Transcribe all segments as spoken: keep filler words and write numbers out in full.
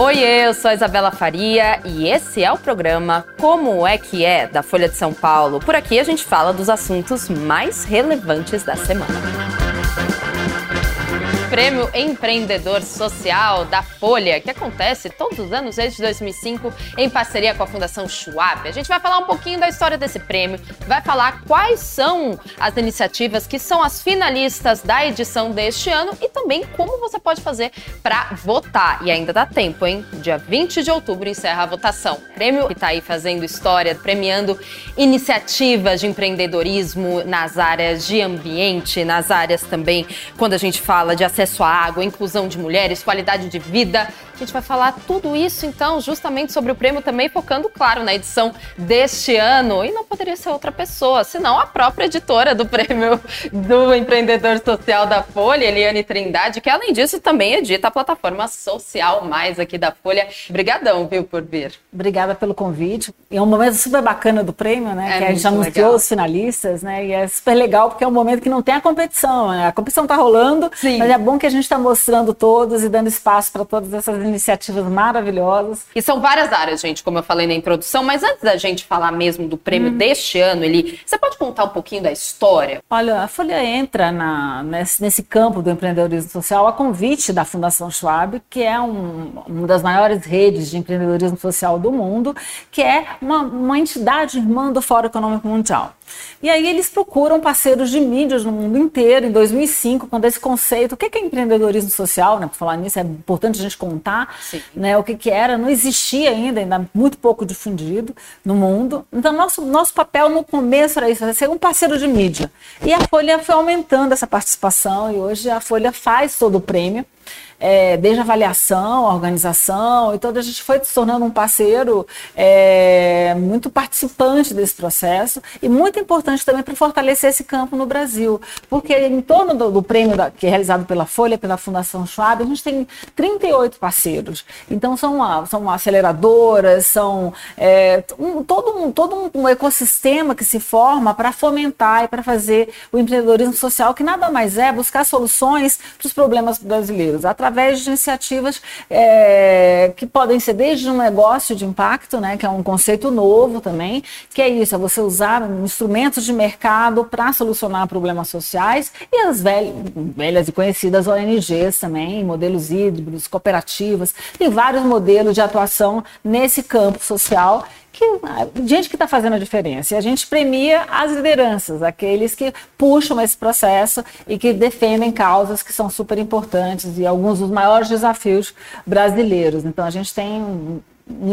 Oiê, eu sou a Isabela Faria e esse é o programa Como é que é, da Folha de São Paulo. Por aqui a gente fala dos assuntos mais relevantes da semana. Prêmio Empreendedor Social da Folha, que acontece todos os anos desde dois mil e cinco, em parceria com a Fundação Schwab. A gente vai falar um pouquinho da história desse prêmio, vai falar quais são as iniciativas que são as finalistas da edição deste ano e também como você pode fazer para votar. E ainda dá tempo, hein? Dia vinte de outubro encerra a votação. O prêmio que está aí fazendo história, premiando iniciativas de empreendedorismo nas áreas de ambiente, nas áreas também, quando a gente fala de acesso acesso à água, inclusão de mulheres, qualidade de vida. A gente vai falar tudo isso, então, justamente sobre o prêmio, também focando, claro, na edição deste ano. E não poderia ser outra pessoa, senão a própria editora do prêmio do Empreendedor Social da Folha, Eliane Trindade, que, além disso, também edita a plataforma Social Mais aqui da Folha. Obrigadão, viu, por vir. Obrigada pelo convite. É um momento super bacana do prêmio, né? É que a gente anunciou legal. Os finalistas, né? E é super legal porque é um momento que não tem a competição, né? A competição tá rolando, Sim. mas é bom que a gente está mostrando todos e dando espaço para todas essas iniciativas maravilhosas. E são várias áreas, gente, como eu falei na introdução, mas antes da gente falar mesmo do prêmio hum. deste ano, Eli, você pode contar um pouquinho da história? Olha, a Folha entra na, nesse, nesse campo do empreendedorismo social a convite da Fundação Schwab, que é um, uma das maiores redes de empreendedorismo social do mundo, que é uma, uma entidade irmã do Fórum Econômico Mundial. E aí eles procuram parceiros de mídias no mundo inteiro, em dois mil e cinco, quando esse conceito, o que é empreendedorismo social, né? Por falar nisso, é importante a gente contar, né, o que, que era, não existia ainda, ainda muito pouco difundido no mundo. Então, nosso, nosso papel no começo era isso, era ser um parceiro de mídia. E a Folha foi aumentando essa participação e hoje a Folha faz todo o prêmio. É, desde a avaliação, a organização, e toda a gente foi se tornando um parceiro é, muito participante desse processo e muito importante também para fortalecer esse campo no Brasil, porque em torno do, do prêmio da, que é realizado pela Folha, pela Fundação Schwab, a gente tem trinta e oito parceiros, então são, são aceleradoras, são é, um, todo, um, todo um ecossistema que se forma para fomentar e para fazer o empreendedorismo social, que nada mais é buscar soluções para os problemas brasileiros, através de iniciativas é, que podem ser desde um negócio de impacto, né, que é um conceito novo também, que é isso, é você usar instrumentos de mercado para solucionar problemas sociais, e as velhas, velhas e conhecidas O N Gs também, modelos híbridos, cooperativas, tem vários modelos de atuação nesse campo social, que gente que está fazendo a diferença. E a gente premia as lideranças, aqueles que puxam esse processo e que defendem causas que são super importantes e alguns dos maiores desafios brasileiros. Então a gente tem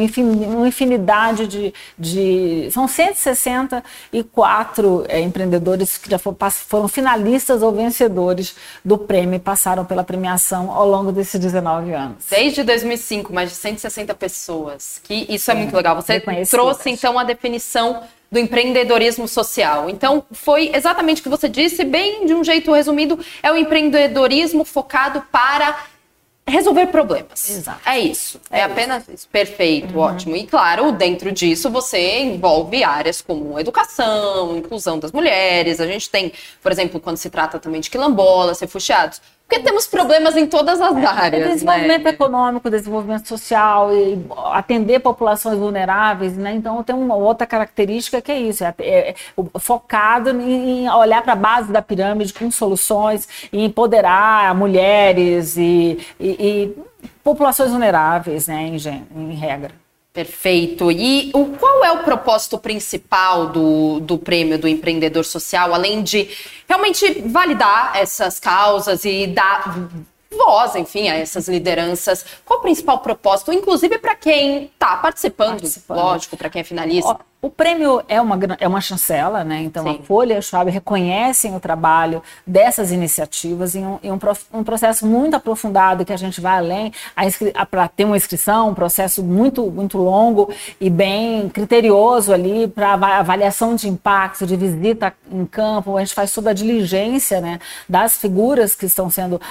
uma infinidade de, de... São cento e sessenta e quatro é, empreendedores que já foram, foram finalistas ou vencedores do prêmio e passaram pela premiação ao longo desses dezenove anos. Desde dois mil e cinco, mais de cento e sessenta pessoas. Que isso é, é muito legal. Você trouxe, então, a definição do empreendedorismo social. Então, foi exatamente o que você disse, bem de um jeito resumido, é o empreendedorismo focado para resolver problemas. Exato. É isso. É, é apenas isso. Perfeito, uhum. Ótimo. E claro, dentro disso você envolve áreas como educação, inclusão das mulheres. A gente tem, por exemplo, quando se trata também de quilombolas, refugiados. Porque temos problemas em todas as áreas. É desenvolvimento né? econômico, desenvolvimento social, e atender populações vulneráveis, né? Então tem uma outra característica que é isso, é, é, é focado em olhar para a base da pirâmide com soluções, e empoderar mulheres e, e, e populações vulneráveis, né? em, em regra. Perfeito. E o, qual é o propósito principal do, do prêmio do empreendedor social, além de realmente validar essas causas e dar voz, enfim, a essas lideranças? Qual o principal propósito, inclusive para quem está participando, participando, lógico, para quem é finalista? Ó, o prêmio é uma, é uma chancela, né? Então Sim. a Folha e a Schwab reconhecem o trabalho dessas iniciativas em um, em um, um processo muito aprofundado, que a gente vai além, para ter uma inscrição, um processo muito, muito longo e bem criterioso ali para avaliação de impacto, de visita em campo. A gente faz toda a diligência, né, das figuras que estão sendo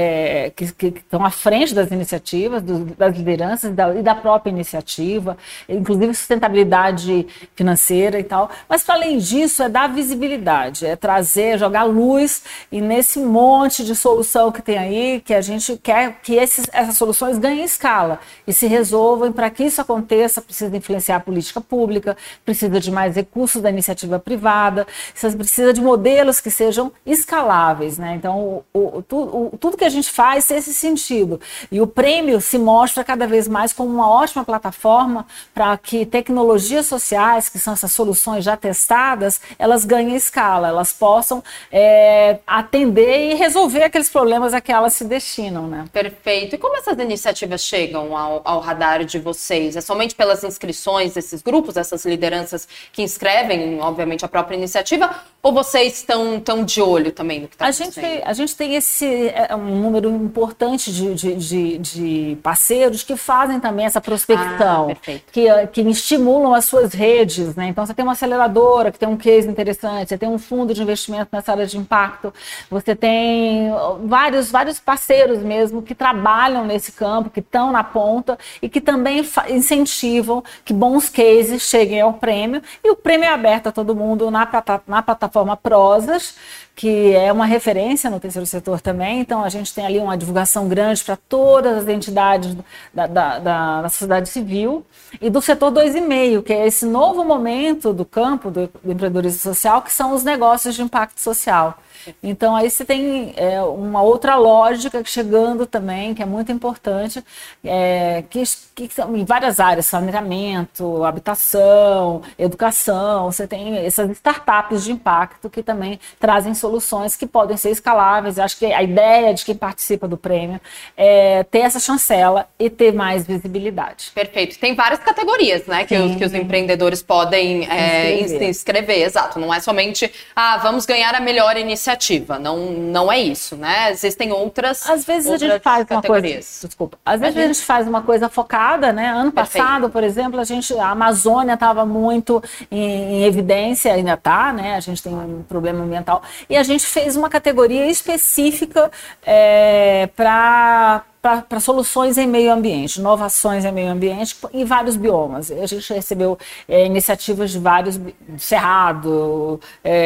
é, que, que estão à frente das iniciativas, do, das lideranças da, e da própria iniciativa, inclusive sustentabilidade financeira e tal. Mas, para além disso, é dar visibilidade, é trazer, jogar luz e nesse monte de solução que tem aí, que a gente quer que esses, essas soluções ganhem escala e se resolvam. Para que isso aconteça, precisa influenciar a política pública, precisa de mais recursos da iniciativa privada, precisa de modelos que sejam escaláveis, né? Então, o, o, o, tudo que a gente faz tem esse sentido. E o prêmio se mostra cada vez mais como uma ótima plataforma para que tecnologias sociais, que são essas soluções já testadas, elas ganhem escala, elas possam é, atender e resolver aqueles problemas a que elas se destinam, né? Perfeito. E como essas iniciativas chegam ao, ao radar de vocês? É somente pelas inscrições desses grupos, essas lideranças que inscrevem, obviamente, a própria iniciativa, ou vocês estão tão de olho também no que está acontecendo? Gente, a gente tem esse é, um número importante de, de, de, de parceiros que fazem também essa prospecção, ah, que, que estimulam as suas redes, né? Então, você tem uma aceleradora que tem um case interessante, você tem um fundo de investimento nessa área de impacto, você tem vários, vários parceiros mesmo que trabalham nesse campo, que estão na ponta e que também incentivam que bons cases cheguem ao prêmio. E o prêmio é aberto a todo mundo na, na plataforma Prozas, que é uma referência no terceiro setor também. Então, a gente tem ali uma divulgação grande para todas as entidades da, da, da, da sociedade civil e do setor dois e meio, que é esse novo momento do campo do, do empreendedorismo social, que são os negócios de impacto social. Então, aí você tem é, uma outra lógica chegando também, que é muito importante, é, que, que são em várias áreas, saneamento, habitação, educação, você tem essas startups de impacto que também trazem soluções que podem ser escaláveis. Acho que a ideia de quem participa do prêmio é ter essa chancela e ter mais visibilidade. Perfeito. Tem várias categorias, né, que os, que os empreendedores podem é, inscrever. inscrever, exato. Não é somente, ah, vamos ganhar a melhor iniciativa. Não, não é isso, né? Existem outras Às vezes outras a gente faz uma coisa, categorias. desculpa, às vezes a gente... a gente faz uma coisa focada, né? Ano Perfeito. passado, por exemplo, a gente, a Amazônia estava muito em, em evidência, ainda está, né? A gente tem um problema ambiental e a gente fez uma categoria específica é, para para soluções em meio ambiente, inovações em meio ambiente em vários biomas. A gente recebeu é, iniciativas de vários, Cerrado,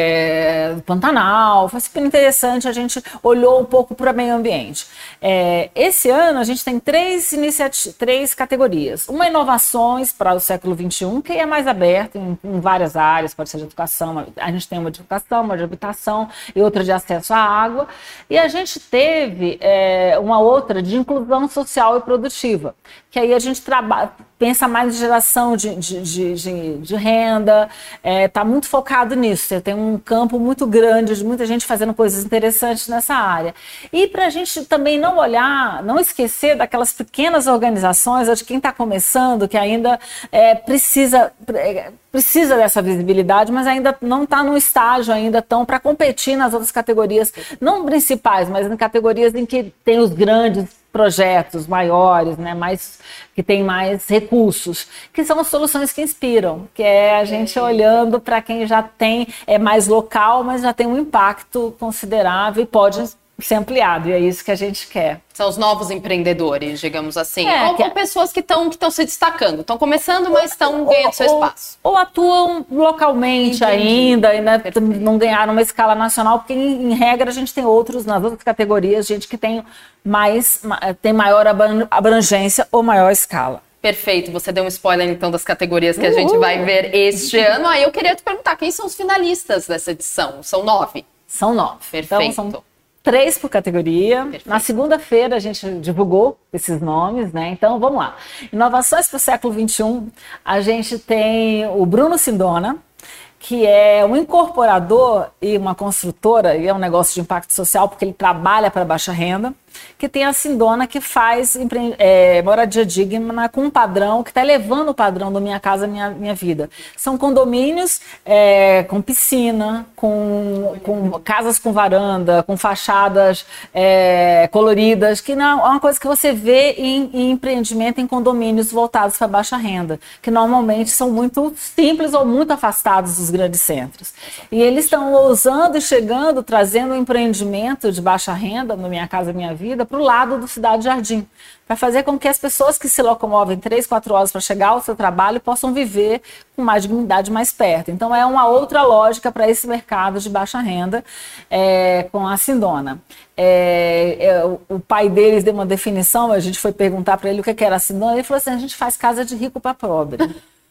é, Pantanal, foi super interessante, a gente olhou um pouco para o meio ambiente. É, esse ano a gente tem três, três categorias. Uma, inovações para o século vinte e um, que é mais aberta em, em várias áreas, pode ser de educação, a gente tem uma de educação, uma de habitação e outra de acesso à água. E a gente teve é, uma outra de inclusão social e produtiva, que aí a gente trabalha, pensa mais em geração de, de, de, de, de renda, está é, muito focado nisso. Você tem um campo muito grande de muita gente fazendo coisas interessantes nessa área. E para a gente também não olhar, não esquecer daquelas pequenas organizações, ou de quem está começando, que ainda é, precisa, precisa dessa visibilidade, mas ainda não está no estágio ainda tão para competir nas outras categorias, não principais, mas em categorias em que tem os grandes projetos maiores, né, mais, que tem mais recursos, que são as soluções que inspiram, que é a gente olhando para quem já tem, é mais local, mas já tem um impacto considerável e pode ser ampliado, e é isso que a gente quer. São os novos empreendedores, digamos assim. É, ou, que... ou pessoas que estão que se destacando, estão começando, mas estão ganhando seu espaço. Ou, ou atuam localmente. Entendi. Ainda, e né, não ganharam uma escala nacional, porque em, em regra a gente tem outros, nas outras categorias, gente que tem, mais, tem maior abrangência ou maior escala. Perfeito, você deu um spoiler então das categorias que a gente vai ver este ano. Aí eu queria te perguntar, quem são os finalistas dessa edição? São nove? São nove. Perfeito. Então, são três por categoria. Perfeito. Na segunda-feira a gente divulgou esses nomes, né? Então vamos lá. Inovações para o século vinte e um, a gente tem o Bruno Sindona, que é um incorporador e uma construtora, e é um negócio de impacto social, porque ele trabalha para baixa renda, que tem a Sindona, que faz é, moradia digna com um padrão, que está elevando o padrão do Minha Casa Minha, Minha Vida. São condomínios é, com piscina, com, com casas com varanda, com fachadas é, coloridas, que não é uma coisa que você vê em, em empreendimento em condomínios voltados para baixa renda, que normalmente são muito simples ou muito afastados dos grandes centros. E eles estão ousando e chegando, trazendo um empreendimento de baixa renda no Minha Casa Minha Vida, vida para o lado do Cidade Jardim, para fazer com que as pessoas que se locomovem três, quatro horas para chegar ao seu trabalho possam viver com mais dignidade mais perto. Então é uma outra lógica para esse mercado de baixa renda é, com a Sindona. É, é, o pai deles deu uma definição, a gente foi perguntar para ele o que era a Sindona, ele falou assim, a gente faz casa de rico para pobre.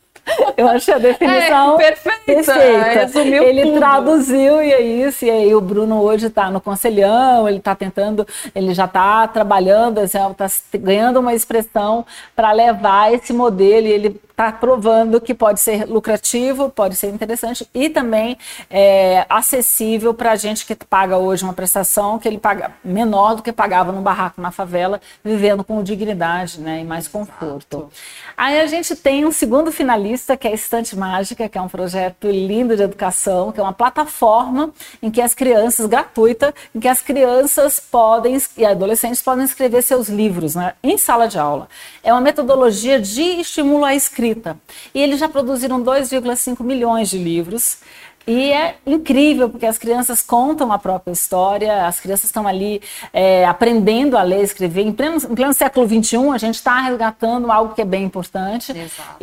Eu achei a definição é, perfeita. perfeita. Ele tudo. traduziu e é isso. E aí o Bruno hoje está no Conselhão, ele está tentando, ele já está trabalhando, está ganhando uma expressão para levar esse modelo. E ele está provando que pode ser lucrativo, pode ser interessante e também é, acessível para a gente que paga hoje uma prestação que ele paga menor do que pagava no barraco na favela, vivendo com dignidade, né, e mais conforto. Exato. Aí a gente tem um segundo finalista, que é a Estante Mágica, que é um projeto lindo de educação, que é uma plataforma em que as crianças, gratuita, em que as crianças podem, e adolescentes podem escrever seus livros, né, em sala de aula. É uma metodologia de estímulo à escrita. E eles já produziram dois vírgula cinco milhões de livros. E é incrível, porque as crianças contam a própria história, as crianças estão ali é, aprendendo a ler e escrever. Em pleno, em pleno século vinte e um, a gente está resgatando algo que é bem importante. Exato.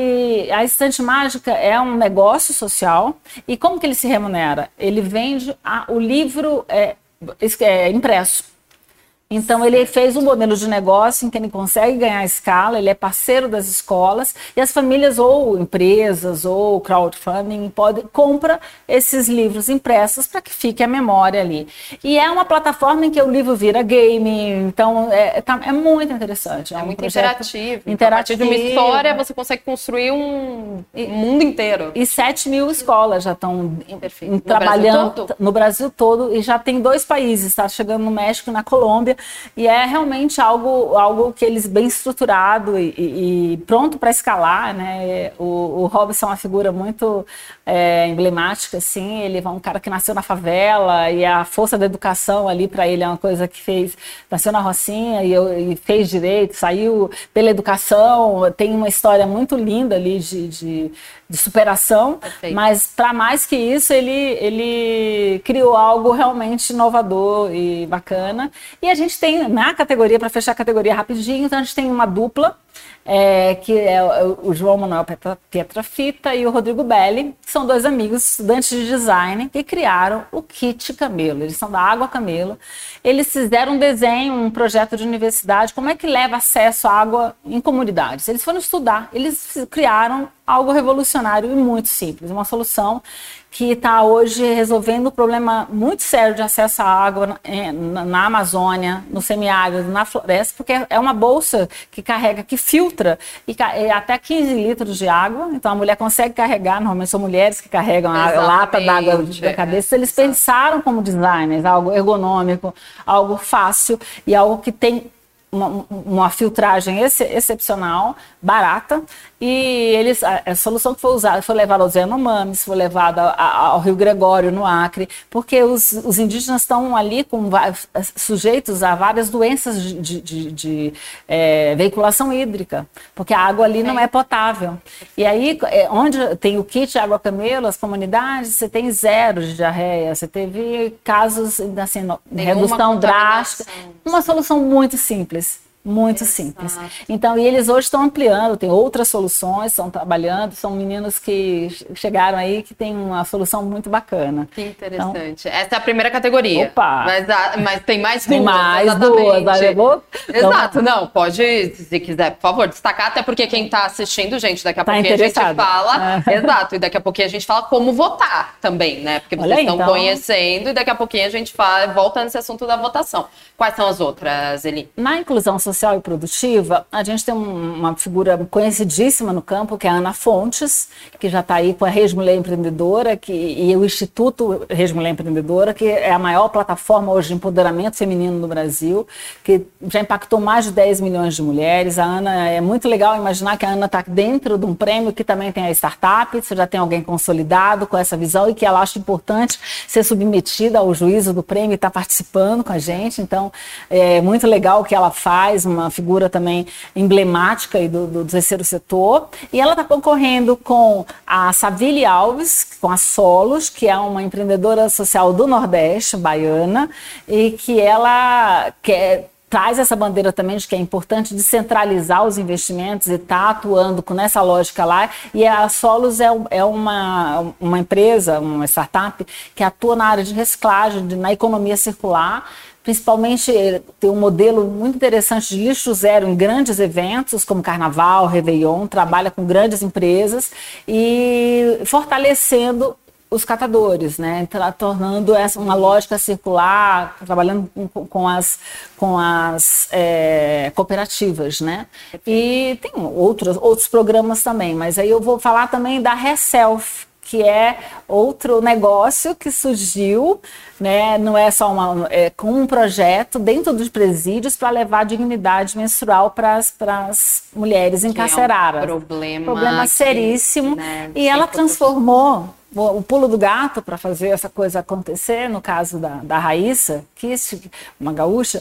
E a Estante Mágica é um negócio social. E como que ele se remunera? Ele vende a, o livro é, é, impresso. Então, ele fez um modelo de negócio em que ele consegue ganhar escala, ele é parceiro das escolas e as famílias ou empresas ou crowdfunding pode, compra esses livros impressos para que fique a memória ali. E é uma plataforma em que o livro vira game, então é, tá, é muito interessante. É, é um muito interativo. interativo. Então, a partir de uma história, você consegue construir um, um mundo inteiro. E sete mil escolas já estão Perfeito. trabalhando no Brasil todo? no Brasil todo e já tem dois países, está chegando no México e na Colômbia. E é realmente algo, algo que eles bem estruturado e, e, e pronto para escalar, né? O, o Robson é uma figura muito é, emblemática, assim. Ele é um cara que nasceu na favela e a força da educação ali para ele é uma coisa que fez. Nasceu na Rocinha e, eu, e fez direito, saiu pela educação. Tem uma história muito linda ali de, de, de superação. Perfeito. Mas para mais que isso, ele, ele criou algo realmente inovador e bacana. E a gente tem na categoria, para fechar a categoria rapidinho, então a gente tem uma dupla, é, que é o João Manuel Petra, Pietrafita e o Rodrigo Belli, que são dois amigos, estudantes de design, que criaram o Kit Camelo. Eles são da Água Camelo. Eles fizeram um desenho, um projeto de universidade, como é que leva acesso à água em comunidades. Eles foram estudar, eles criaram algo revolucionário e muito simples, uma solução que está hoje resolvendo um problema muito sério de acesso à água na, na Amazônia, no semiárido, na floresta, porque é uma bolsa que carrega, que filtra e, e até quinze litros de água. Então a mulher consegue carregar, normalmente são mulheres que carregam a lata d'água da cabeça. Eles é, pensaram como designers, algo ergonômico, algo fácil e algo que tem Uma, uma filtragem ex excepcional, barata, e eles, a, a solução que foi usada foi levada aos Yanomamis, foi levada a, a, ao Rio Gregório, no Acre, porque os, os indígenas estão ali com, sujeitos a várias doenças de, de, de, de é, veiculação hídrica, porque a água ali não é potável. E aí, é, onde tem o kit Água Camelo, as comunidades, você tem zero de diarreia, você teve casos assim, no, redução drástica, uma solução muito simples. Muito Exato. Simples. Então, e eles hoje estão ampliando, tem outras soluções, estão trabalhando, são meninos que chegaram aí que tem uma solução muito bacana. Que interessante. Então, essa é a primeira categoria. Opa! Mas, a, mas tem mais tem duas. Mais exatamente. duas. Eu vou... Exato, então, não, pode, se quiser, por favor, destacar, até porque quem está assistindo, gente, daqui a tá pouquinho a gente fala. É. Exato, e daqui a pouquinho a gente fala como votar também, né? Porque vocês Olha, estão então... conhecendo e daqui a pouquinho a gente fala, volta nesse assunto da votação. Quais são as outras, Eli? Na inclusão social e produtiva, a gente tem um, uma figura conhecidíssima no campo, que é a Ana Fontes, que já está aí com a Rede Mulher Empreendedora, que, e o Instituto Rede Mulher Empreendedora, que é a maior plataforma hoje de empoderamento feminino no Brasil, que já impactou mais de dez milhões de mulheres. A Ana, é muito legal imaginar que a Ana está dentro de um prêmio que também tem a startup, você já tem alguém consolidado com essa visão e que ela acha importante ser submetida ao juízo do prêmio e estar tá participando com a gente. Então, é muito legal o que ela faz. Soares, uma figura também emblemática aí do, do terceiro setor, e ela está concorrendo com a Savile Alves, com a Solos, que é uma empreendedora social do Nordeste, baiana, e que ela quer... traz essa bandeira também de que é importante descentralizar os investimentos e está atuando com nessa lógica lá. E a Solos é, é uma, uma empresa, uma startup, que atua na área de reciclagem, de, na economia circular, principalmente tem um modelo muito interessante de lixo zero em grandes eventos, como Carnaval, Réveillon, trabalha com grandes empresas e fortalecendo os catadores, né? Tornando essa uma lógica circular, trabalhando com, com as, com as é, cooperativas, né? E tem outros, outros programas também, mas aí eu vou falar também da Reself, que é outro negócio que surgiu, né? Não é só uma, é, com um projeto dentro dos presídios para levar dignidade menstrual para as mulheres encarceradas. É um problema, problema seríssimo. Que, né, e ela transformou o pulo do gato para fazer essa coisa acontecer, no caso da, da Raíssa, que uma gaúcha,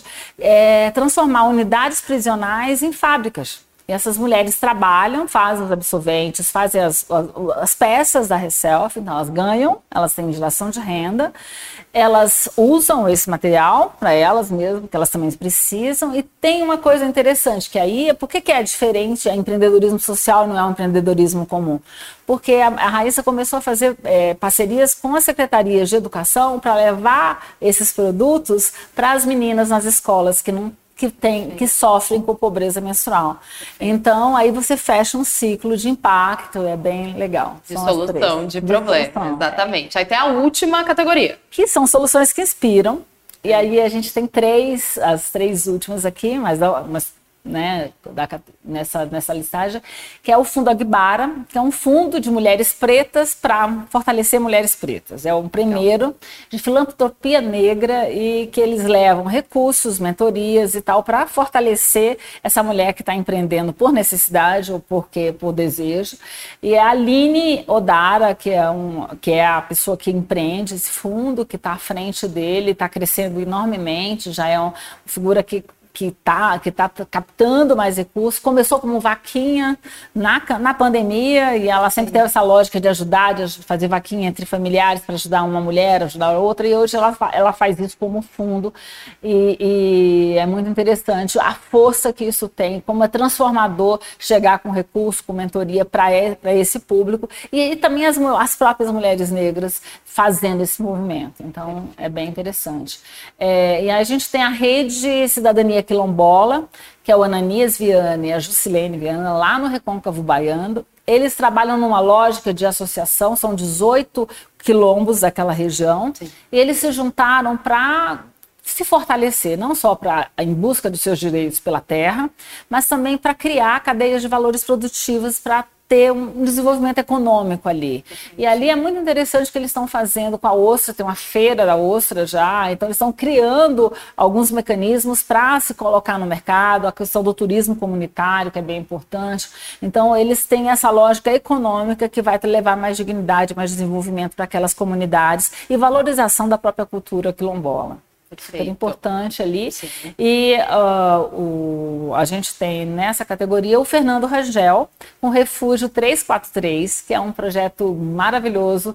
é transformar unidades prisionais em fábricas. E essas mulheres trabalham, fazem os absorventes, fazem as, as, as peças da Reself, então elas ganham, elas têm geração de renda, elas usam esse material para elas mesmas, porque elas também precisam, e tem uma coisa interessante, que aí, por que, que é diferente, é empreendedorismo social não é um empreendedorismo comum? Porque a, a Raíssa começou a fazer é, parcerias com as secretarias de educação para levar esses produtos para as meninas nas escolas que não Que, tem, que sofrem com pobreza menstrual. Então, aí você fecha um ciclo de impacto, é bem legal. De solução de problema, exatamente. Aí tem a última categoria. Que são soluções que inspiram. E aí a gente tem três, as três últimas aqui, mas, mas né, da, nessa, nessa listagem, que é o Fundo Agbara, que é um fundo de mulheres pretas para fortalecer mulheres pretas. É o primeiro de filantropia negra e que eles levam recursos, mentorias e tal para fortalecer essa mulher que está empreendendo por necessidade ou porque, por desejo. E a Aline Odara, que é, um, que é a pessoa que empreende esse fundo, que está à frente dele, está crescendo enormemente, já é uma figura que que está que tá captando mais recursos, começou como vaquinha na, na pandemia e ela sempre teve essa lógica de ajudar, de fazer vaquinha entre familiares para ajudar uma mulher, ajudar outra, e hoje ela, ela faz isso como fundo e, e é muito interessante a força que isso tem, como é transformador chegar com recurso, com mentoria para esse público e, e também as, as próprias mulheres negras fazendo esse movimento, então é bem interessante. É, e a gente tem a Rede Cidadania Quilombola, que é o Ananias Viana e a Jusilene Viana, lá no Recôncavo Baiano. Eles trabalham numa lógica de associação, são dezoito quilombos daquela região, Sim. e eles se juntaram para se fortalecer, não só pra, em busca dos seus direitos pela terra, mas também para criar cadeias de valores produtivas para ter um desenvolvimento econômico ali. E ali é muito interessante o que eles estão fazendo com a ostra, tem uma feira da ostra já, então eles estão criando alguns mecanismos para se colocar no mercado, a questão do turismo comunitário, que é bem importante. Então eles têm essa lógica econômica que vai levar mais dignidade, mais desenvolvimento para aquelas comunidades e valorização da própria cultura quilombola. Super importante ali. Sim. E uh, o, a gente tem nessa categoria o Fernando Rangel, com o Refúgio trezentos e quarenta e três, que é um projeto maravilhoso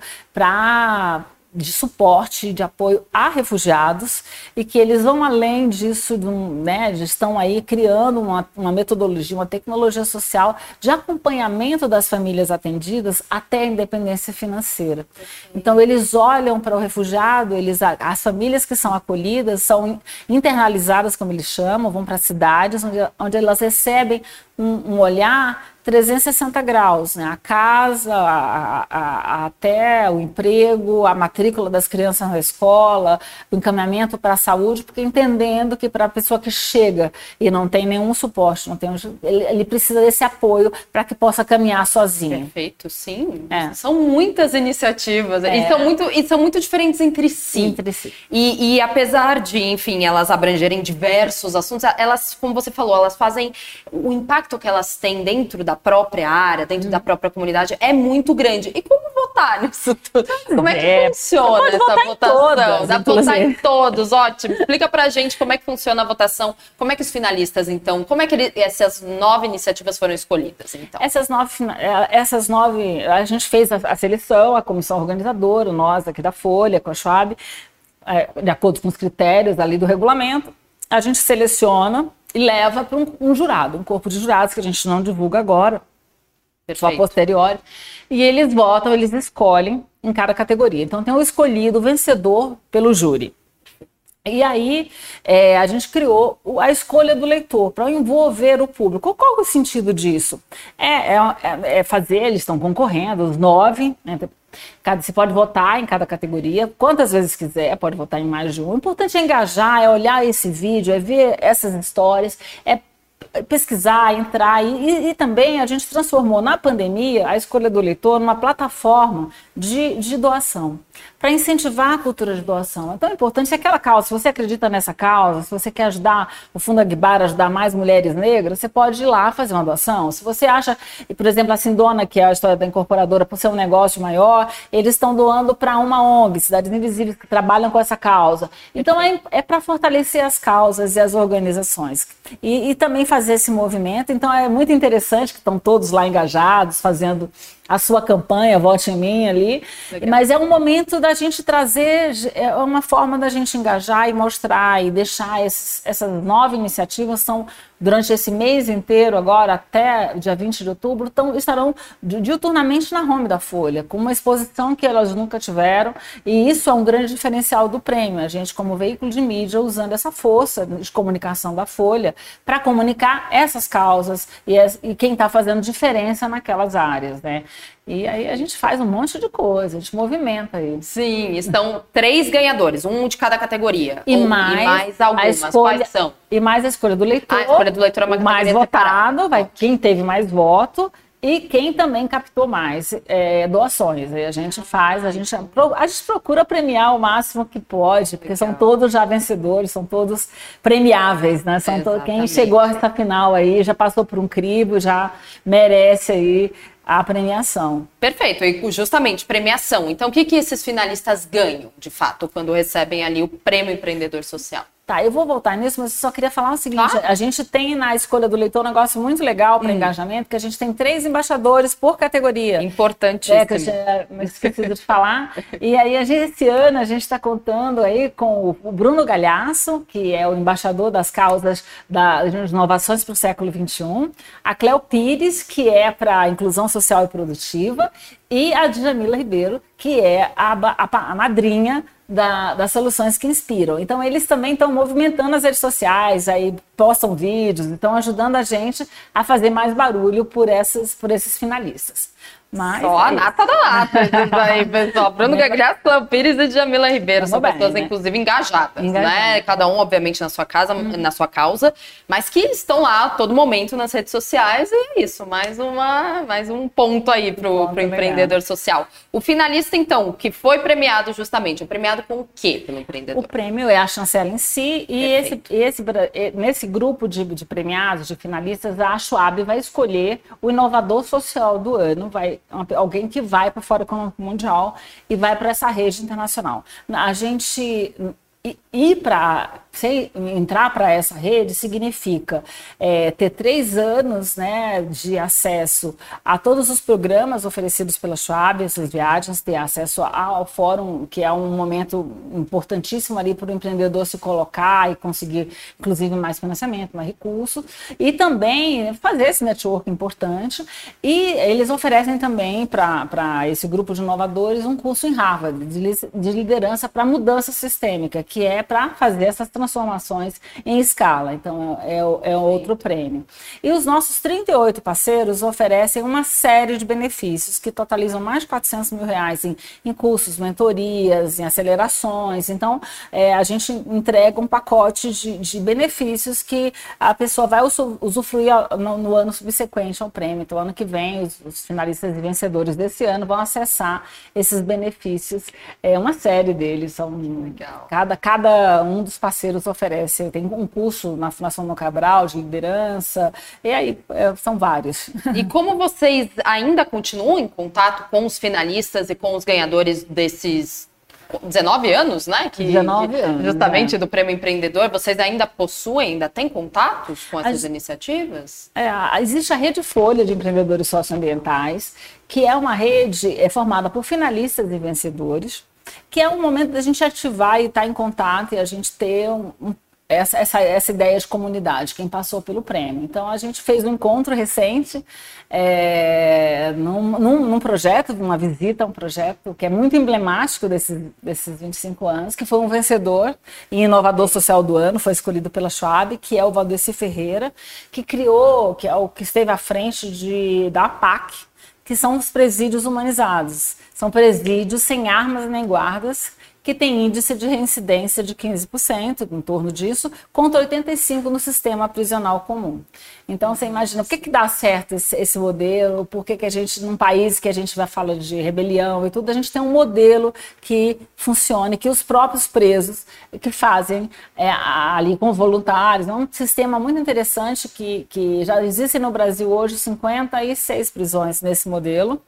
para de suporte, de apoio a refugiados, e que eles vão além disso, de um, né, estão aí criando uma, uma metodologia, uma tecnologia social de acompanhamento das famílias atendidas até a independência financeira. Então eles olham para o refugiado, eles, as famílias que são acolhidas são internalizadas, como eles chamam, vão para cidades onde, onde elas recebem um, um olhar trezentos e sessenta graus, né? A casa, a, a, a, até o emprego, a matrícula das crianças na escola, o encaminhamento para a saúde, porque entendendo que para a pessoa que chega e não tem nenhum suporte, não tem, ele, ele precisa desse apoio para que possa caminhar sozinho. Perfeito, sim. É. São muitas iniciativas é. e, são muito, e são muito diferentes entre si. Entre si. E, e apesar de, enfim, elas abrangerem diversos assuntos, elas, como você falou, elas fazem o impacto que elas têm dentro da própria área, dentro hum. da própria comunidade, é muito grande. E como votar nisso tudo. Como é que É, funciona pode essa votar em votação? todas, Dá pra votar em inclusive. todos, ótimo. Explica pra gente como é que funciona a votação, como é que os finalistas, então, como é que ele- essas nove iniciativas foram escolhidas, então? Essas nove, fina- eh, essas nove, a gente fez a, a seleção, a comissão organizadora, nós aqui da Folha, com a Schwab, eh, de acordo com os critérios ali do regulamento, a gente seleciona e leva para um, um jurado, um corpo de jurados que a gente não divulga agora, só a Perfeito. posteriori, e eles votam, eles escolhem em cada categoria. Então tem o escolhido, o vencedor pelo júri. E aí é, a gente criou o- a escolha do leitor para envolver o público. Qual que é o sentido disso? É, é- é- é fazer, eles estão concorrendo, os nove, né, cada, você pode votar em cada categoria, quantas vezes quiser, pode votar em mais de um. O importante é engajar, é olhar esse vídeo, é ver essas histórias, é pesquisar, entrar e, e, e também a gente transformou na pandemia a escolha do leitor numa plataforma de, de doação, para incentivar a cultura de doação. É tão importante, se aquela causa, se você acredita nessa causa, se você quer ajudar o Fundo Aguibar a ajudar mais mulheres negras, você pode ir lá fazer uma doação. Se você acha, por exemplo, a Sindona, que é a história da incorporadora, por ser um negócio maior, eles estão doando para uma O N G, Cidades Invisíveis, que trabalham com essa causa. Então é, é para fortalecer as causas e as organizações. E, e também fazer esse movimento. Então é muito interessante que estão todos lá engajados, fazendo a sua campanha, vote em mim ali. Legal. Mas é um momento da gente trazer, é uma forma da gente engajar e mostrar e deixar esses, essas nove iniciativas são durante esse mês inteiro, agora até dia vinte de outubro, tão, estarão diuturnamente na home da Folha, com uma exposição que elas nunca tiveram, e isso é um grande diferencial do prêmio, a gente como veículo de mídia usando essa força de comunicação da Folha para comunicar essas causas e, as, e quem está fazendo diferença naquelas áreas, né? E aí a gente faz um monte de coisa, a gente movimenta isso. Sim, estão três ganhadores, um de cada categoria. E, um, mais, e mais algumas, escolha, quais são? E mais a escolha do leitor. Ah, a escolha do leitor é uma o mais categoria votado, vai, separada. quem teve mais voto e quem também captou mais é, doações. Aí a gente faz, a gente, a gente procura premiar o máximo que pode, porque Legal. São todos já vencedores, são todos premiáveis, né? São to, quem chegou a essa final aí, já passou por um crivo, já merece aí a premiação. Perfeito, e justamente premiação. Então, o que, que esses finalistas ganham, de fato, quando recebem ali o Prêmio Empreendedor Social? Tá, eu vou voltar nisso, mas eu só queria falar o seguinte, ah? a gente tem na escolha do leitor um negócio muito legal para hum. engajamento, que a gente tem três embaixadores por categoria. Importantíssimo. É, que eu tinha esquecido de falar. E aí, a gente, esse ano, a gente está contando aí com o Bruno Galhaço, que é o embaixador das causas das inovações para o século vinte e um, a Cléo Pires, que é para a inclusão social e produtiva, e a Djamila Ribeiro, que é a, a, a madrinha Da, das soluções que inspiram. Então, eles também estão movimentando as redes sociais, aí postam vídeos, estão ajudando a gente a fazer mais barulho por, essas, por esses finalistas. Mas Só é a nata da lata, isso aí, pessoal. Bruno Galhaço, Cléo Pires e Djamila Ribeiro. São bem, pessoas, né? Inclusive, engajadas, Engajado. né? Cada um, obviamente, na sua casa, hum. na sua causa, mas que estão lá a todo momento nas redes sociais. E é isso, mais, uma, mais um ponto aí pro, um ponto pro empreendedor social. O finalista, então, que foi premiado justamente, o premiado com o quê pelo empreendedor? O prêmio é a chancela em si, e esse, esse, nesse grupo de, de premiados, de finalistas, a Schwab vai escolher o inovador social do ano, vai alguém que vai para o Fórum Econômico Mundial e vai para essa rede internacional. A gente ir para entrar para essa rede significa é, ter três anos, né, de acesso a todos os programas oferecidos pela Schwab, essas viagens, ter acesso ao fórum, que é um momento importantíssimo ali para o empreendedor se colocar e conseguir, inclusive, mais financiamento, mais recursos, e também fazer esse network importante. E eles oferecem também para esse grupo de inovadores um curso em Harvard de, de liderança para mudança sistêmica, que é para fazer essas transformações em escala. Então, é, é, é outro prêmio. E os nossos trinta e oito parceiros oferecem uma série de benefícios que totalizam mais de quatrocentos mil reais em, em cursos, mentorias, em acelerações. Então, é, a gente entrega um pacote de, de benefícios que a pessoa vai usufruir no, no ano subsequente ao prêmio. Então, ano que vem, os, os finalistas e vencedores desse ano vão acessar esses benefícios. É uma série deles, são Legal. cada cada um dos parceiros oferece, tem um curso na Fundação Dom Cabral de liderança, e aí é, são vários. E como vocês ainda continuam em contato com os finalistas e com os ganhadores desses dezenove anos, né? Que, dezenove anos, justamente é. do Prêmio Empreendedor, vocês ainda possuem, ainda têm contatos com essas a, iniciativas? É, existe a Rede Folha de Empreendedores Socioambientais, que é uma rede é, formada por finalistas e vencedores, que é um momento da gente ativar e estar em contato e a gente ter um, um Essa, essa, essa ideia de comunidade, quem passou pelo prêmio. Então, a gente fez um encontro recente é, num, num, num projeto, numa visita a um projeto que é muito emblemático desses, desses vinte e cinco anos, que foi um vencedor e inovador social do ano, foi escolhido pela Schwab, que é o Valdeci Ferreira, que criou, que é o que esteve à frente de, da A P A C, que são os presídios humanizados. São presídios sem armas nem guardas, que tem índice de reincidência de quinze por cento, em torno disso, contra oitenta e cinco por cento no sistema prisional comum. Então, você imagina, por que, que dá certo esse, esse modelo? Por que, que a gente, num país que a gente vai falar de rebelião e tudo, a gente tem um modelo que funcione, que os próprios presos que fazem é, ali com voluntários. É um sistema muito interessante que, que já existe no Brasil hoje cinquenta e seis prisões nesse modelo.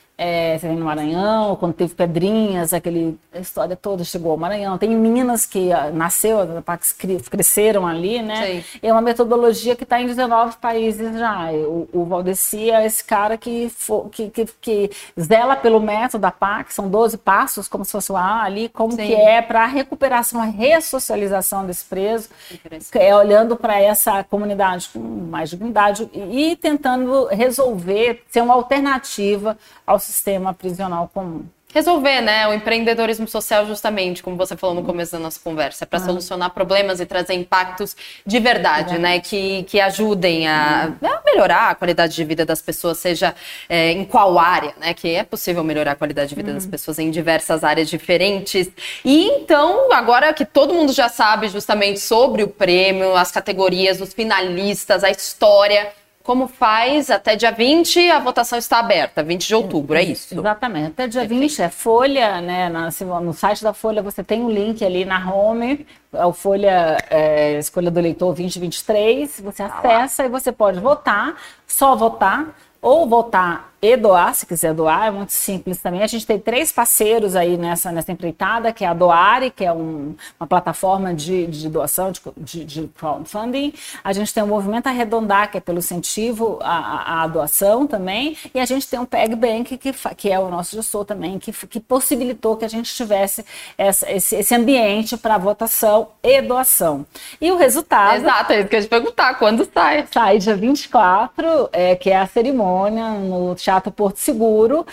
É, no Maranhão, quando teve Pedrinhas, aquele, a história toda chegou ao Maranhão. Tem meninas que nasceu, cresceram ali, né? Sim. É uma metodologia que está em dezenove países já. O, o Valdeci é esse cara que, for, que, que, que zela pelo método da P A C, são doze passos, como se fosse o A ali, como Sim. que é para a recuperação, a ressocialização desse preso, é, olhando para essa comunidade com mais dignidade e, e tentando resolver, ser uma alternativa ao sistema prisional comum. Resolver, né? O empreendedorismo social, justamente, como você falou no começo da nossa conversa, é para ah. solucionar problemas e trazer impactos de verdade, é. né? Que, que ajudem a, a melhorar a qualidade de vida das pessoas, seja é, em qual área, né? Que é possível melhorar a qualidade de vida hum. das pessoas em diversas áreas diferentes. E então, agora que todo mundo já sabe justamente sobre o prêmio, as categorias, os finalistas, a história, como faz, até dia vinte a votação está aberta, vinte de outubro, é isso? Exatamente, até dia Perfeito. vinte é Folha, né, na, no site da Folha você tem um link ali na home, é o Folha é, Escolha do Eleitor vinte vinte e três, você ah, acessa lá. E você pode votar, só votar, ou votar e doar, se quiser doar, é muito simples também. A gente tem três parceiros aí nessa, nessa empreitada, que é a Doare, que é um, uma plataforma de, de doação, de, de, de crowdfunding. A gente tem o Movimento Arredondar, que é pelo incentivo à, à doação também. E a gente tem o PegBank, que, que é o nosso gestor também, que, que possibilitou que a gente tivesse essa, esse, esse ambiente para votação e doação. E o resultado... Exato, é isso que eu ia te perguntar, quando sai? Sai dia vinte e quatro, é, que é a cerimônia no Teatro Porto Seguro,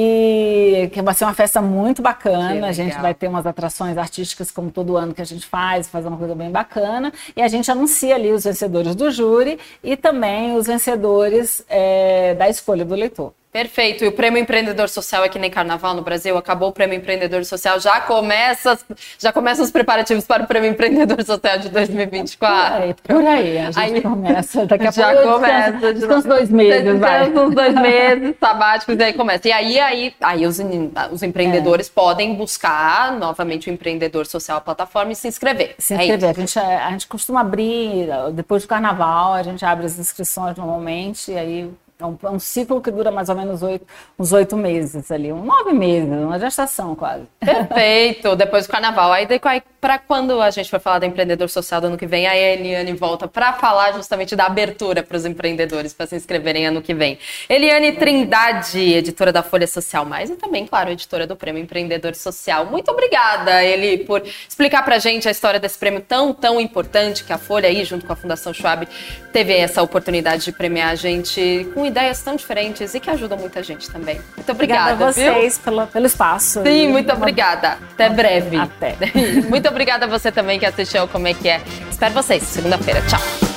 e que vai ser uma festa muito bacana. A gente vai ter umas atrações artísticas como todo ano que a gente faz, fazer uma coisa bem bacana, e a gente anuncia ali os vencedores do júri e também os vencedores é, da escolha do eleitor. Perfeito. E o Prêmio Empreendedor Social é que nem Carnaval no Brasil, acabou o Prêmio Empreendedor Social, já começa, já começam os preparativos para o Prêmio Empreendedor Social de dois mil e vinte e quatro. Por aí, por aí a gente aí, começa, daqui a já pouco começa. Descanso dois meses, vai. uns dois meses, sabáticos, e aí começa. E aí, aí, aí os, os empreendedores é. podem buscar novamente o Empreendedor Social, a plataforma, e se inscrever. Se inscrever. É a, gente, a gente costuma abrir, depois do Carnaval, a gente abre as inscrições normalmente, e aí... É um, é um ciclo que dura mais ou menos oito, uns oito meses ali, uns nove meses, uma gestação quase. Perfeito, depois do Carnaval. Aí, para quando a gente for falar do empreendedor social do ano que vem, a Eliane volta para falar justamente da abertura para os empreendedores para se inscreverem ano que vem. Eliane Trindade, editora da Folha Social Mais e também, claro, editora do Prêmio Empreendedor Social. Muito obrigada, Eli, por explicar para a gente a história desse prêmio tão, tão importante que a Folha aí, junto com a Fundação Schwab, teve essa oportunidade de premiar a gente com ideias tão diferentes e que ajudam muita gente também. Muito obrigada, obrigada a vocês pelo, pelo espaço. Sim, muito obrigada. Até breve. Até. Muito obrigada a você também que assistiu ao Como é que é. Espero vocês segunda-feira. Tchau.